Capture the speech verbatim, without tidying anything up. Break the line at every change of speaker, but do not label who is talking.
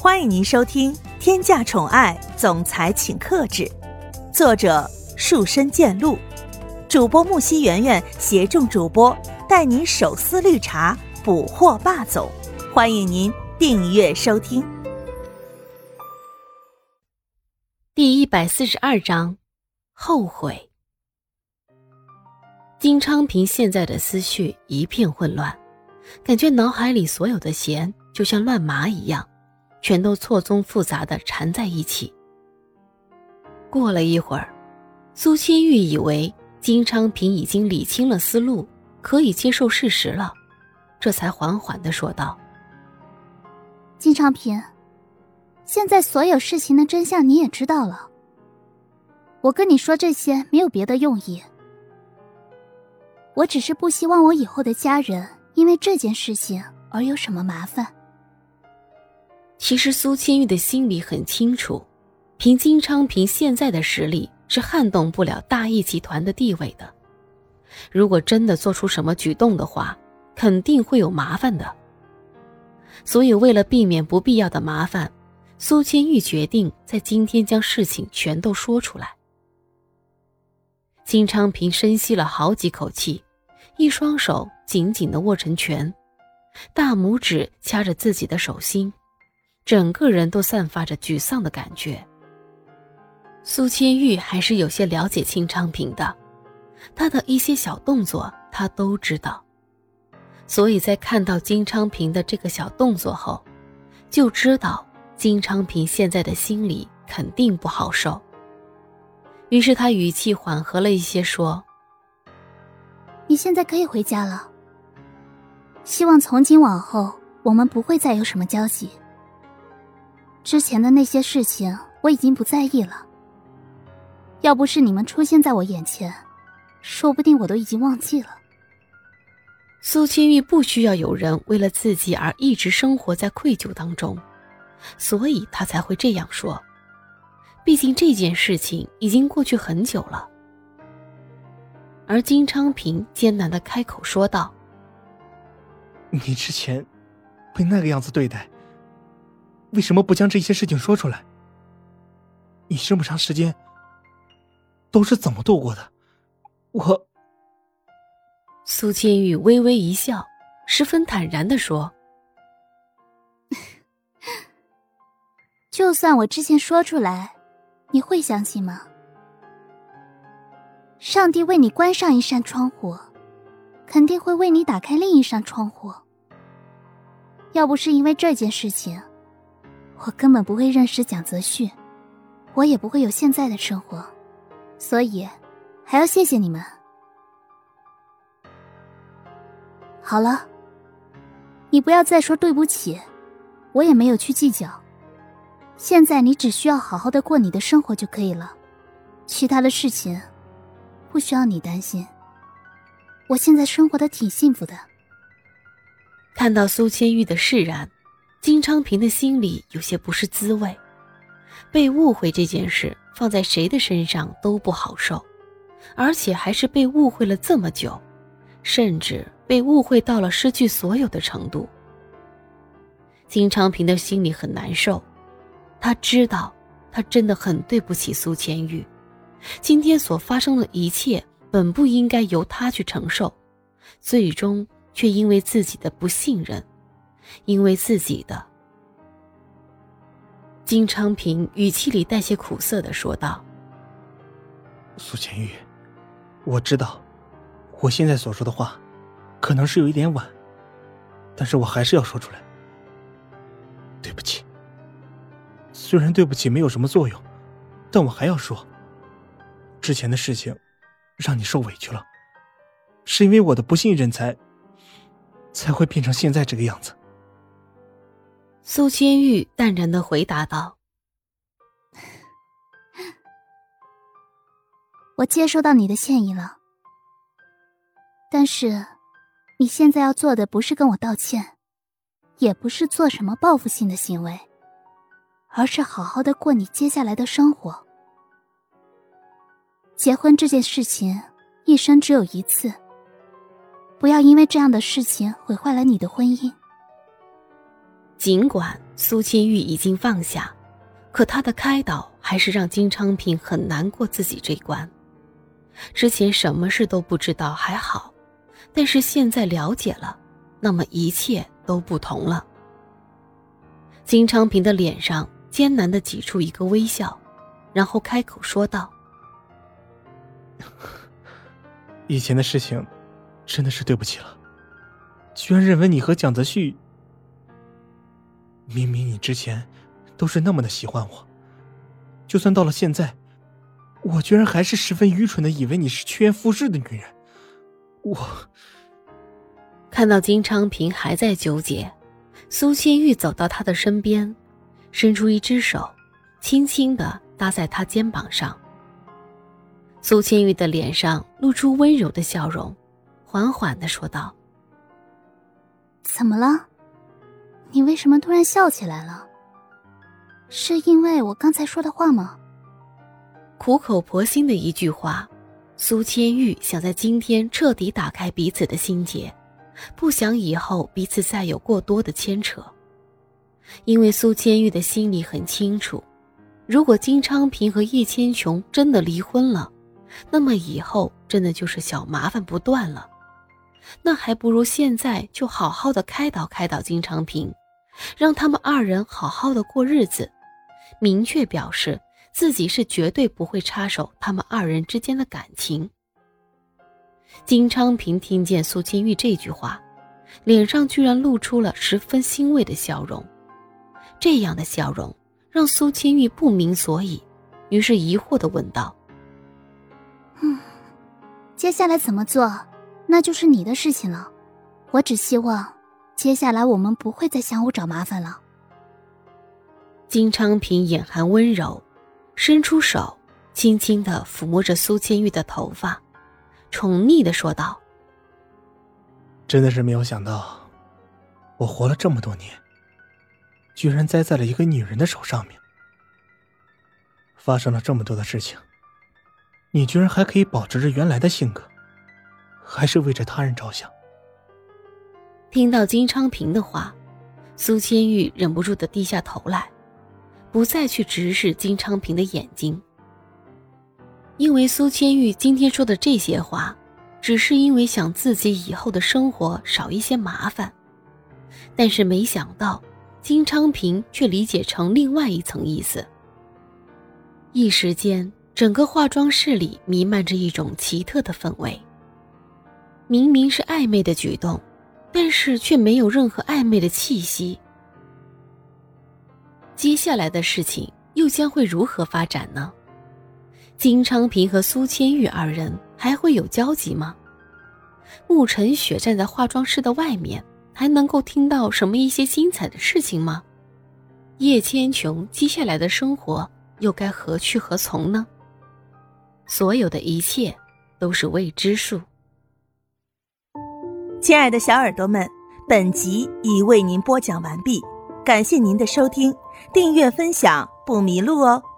欢迎您收听《天价宠爱总裁请克制》，作者树深见鹿，主播木西圆圆协众主播带您手撕绿茶，捕获霸总。欢迎您订阅收听。
第一百四十二章，后悔。金昌平现在的思绪一片混乱，感觉脑海里所有的弦就像乱麻一样，全都错综复杂地缠在一起。过了一会儿，苏千玉以为金昌平已经理清了思路，可以接受事实了，这才缓缓地说道：
金昌平，现在所有事情的真相你也知道了，我跟你说这些没有别的用意，我只是不希望我以后的家人因为这件事情而有什么麻烦。
其实苏千玉的心里很清楚，凭金昌平现在的实力是撼动不了大义集团的地位的，如果真的做出什么举动的话，肯定会有麻烦的。所以为了避免不必要的麻烦，苏千玉决定在今天将事情全都说出来。金昌平深吸了好几口气，一双手紧紧地握成拳，大拇指掐着自己的手心，整个人都散发着沮丧的感觉。苏千玉还是有些了解金昌平的，他的一些小动作他都知道，所以在看到金昌平的这个小动作后，就知道金昌平现在的心里肯定不好受。于是他语气缓和了一些说：
你现在可以回家了，希望从今往后我们不会再有什么交集。之前的那些事情我已经不在意了，要不是你们出现在我眼前，说不定我都已经忘记了。
苏千玉不需要有人为了自己而一直生活在愧疚当中，所以他才会这样说。毕竟这件事情已经过去很久了。而金昌平艰难地开口说道：
你之前被那个样子对待，为什么不将这些事情说出来？你这么长时间都是怎么度过的？我……
苏千玉微微一笑，十分坦然地说：
就算我之前说出来，你会相信吗？上帝为你关上一扇窗户，肯定会为你打开另一扇窗户。要不是因为这件事情，我根本不会认识蒋泽旭，我也不会有现在的生活，所以还要谢谢你们。好了，你不要再说对不起，我也没有去计较。现在你只需要好好的过你的生活就可以了，其他的事情不需要你担心。我现在生活的挺幸福的。
看到苏千玉的释然，金昌平的心里有些不是滋味。被误会这件事放在谁的身上都不好受，而且还是被误会了这么久，甚至被误会到了失去所有的程度。金昌平的心里很难受，他知道他真的很对不起苏千玉，今天所发生的一切本不应该由他去承受，最终却因为自己的不信任，因为自己的……金昌平语气里带些苦涩地说道：
苏千玉，我知道我现在所说的话可能是有一点晚，但是我还是要说出来。对不起，虽然对不起没有什么作用，但我还要说，之前的事情让你受委屈了，是因为我的不信任才才会变成现在这个样子。
苏千玉淡然地回答道：
我接收到你的歉意了，但是你现在要做的不是跟我道歉，也不是做什么报复性的行为，而是好好的过你接下来的生活。结婚这件事情一生只有一次，不要因为这样的事情毁坏了你的婚姻。
尽管苏千玉已经放下，可他的开导还是让金昌平很难过自己这关。之前什么事都不知道还好，但是现在了解了，那么一切都不同了。金昌平的脸上艰难地挤出一个微笑，然后开口说道：
以前的事情真的是对不起了，居然认为你和蒋泽旭，明明你之前都是那么的喜欢我，就算到了现在，我居然还是十分愚蠢的以为你是趋炎附势的女人。我
看到金昌平还在纠结，苏千玉走到他的身边，伸出一只手，轻轻地搭在他肩膀上。苏千玉的脸上露出温柔的笑容，缓缓地说道：
怎么了？你为什么突然笑起来了？是因为我刚才说的话吗？
苦口婆心的一句话，苏千玉想在今天彻底打开彼此的心结，不想以后彼此再有过多的牵扯。因为苏千玉的心里很清楚，如果金昌平和叶千琼真的离婚了，那么以后真的就是小麻烦不断了。那还不如现在就好好的开导开导金昌平，让他们二人好好的过日子，明确表示自己是绝对不会插手他们二人之间的感情。金昌平听见苏千玉这句话，脸上居然露出了十分欣慰的笑容。这样的笑容让苏千玉不明所以，于是疑惑地问道：
嗯，接下来怎么做，那就是你的事情了。我只希望接下来我们不会再相互找麻烦了。
金昌平眼含温柔，伸出手轻轻地抚摸着苏千玉的头发，宠溺地说道：
真的是没有想到，我活了这么多年，居然栽在了一个女人的手上面。发生了这么多的事情，你居然还可以保持着原来的性格，还是为着他人着想。
听到金昌平的话，苏千玉忍不住地低下头来，不再去直视金昌平的眼睛。因为苏千玉今天说的这些话，只是因为想自己以后的生活少一些麻烦，但是没想到金昌平却理解成另外一层意思。一时间，整个化妆室里弥漫着一种奇特的氛围。明明是暧昧的举动，但是却没有任何暧昧的气息。接下来的事情又将会如何发展呢？金昌平和苏千玉二人还会有交集吗？慕晨雪站在化妆室的外面，还能够听到什么一些精彩的事情吗？叶千琼接下来的生活又该何去何从呢？所有的一切都是未知数。
亲爱的小耳朵们，本集已为您播讲完毕，感谢您的收听，订阅分享不迷路哦。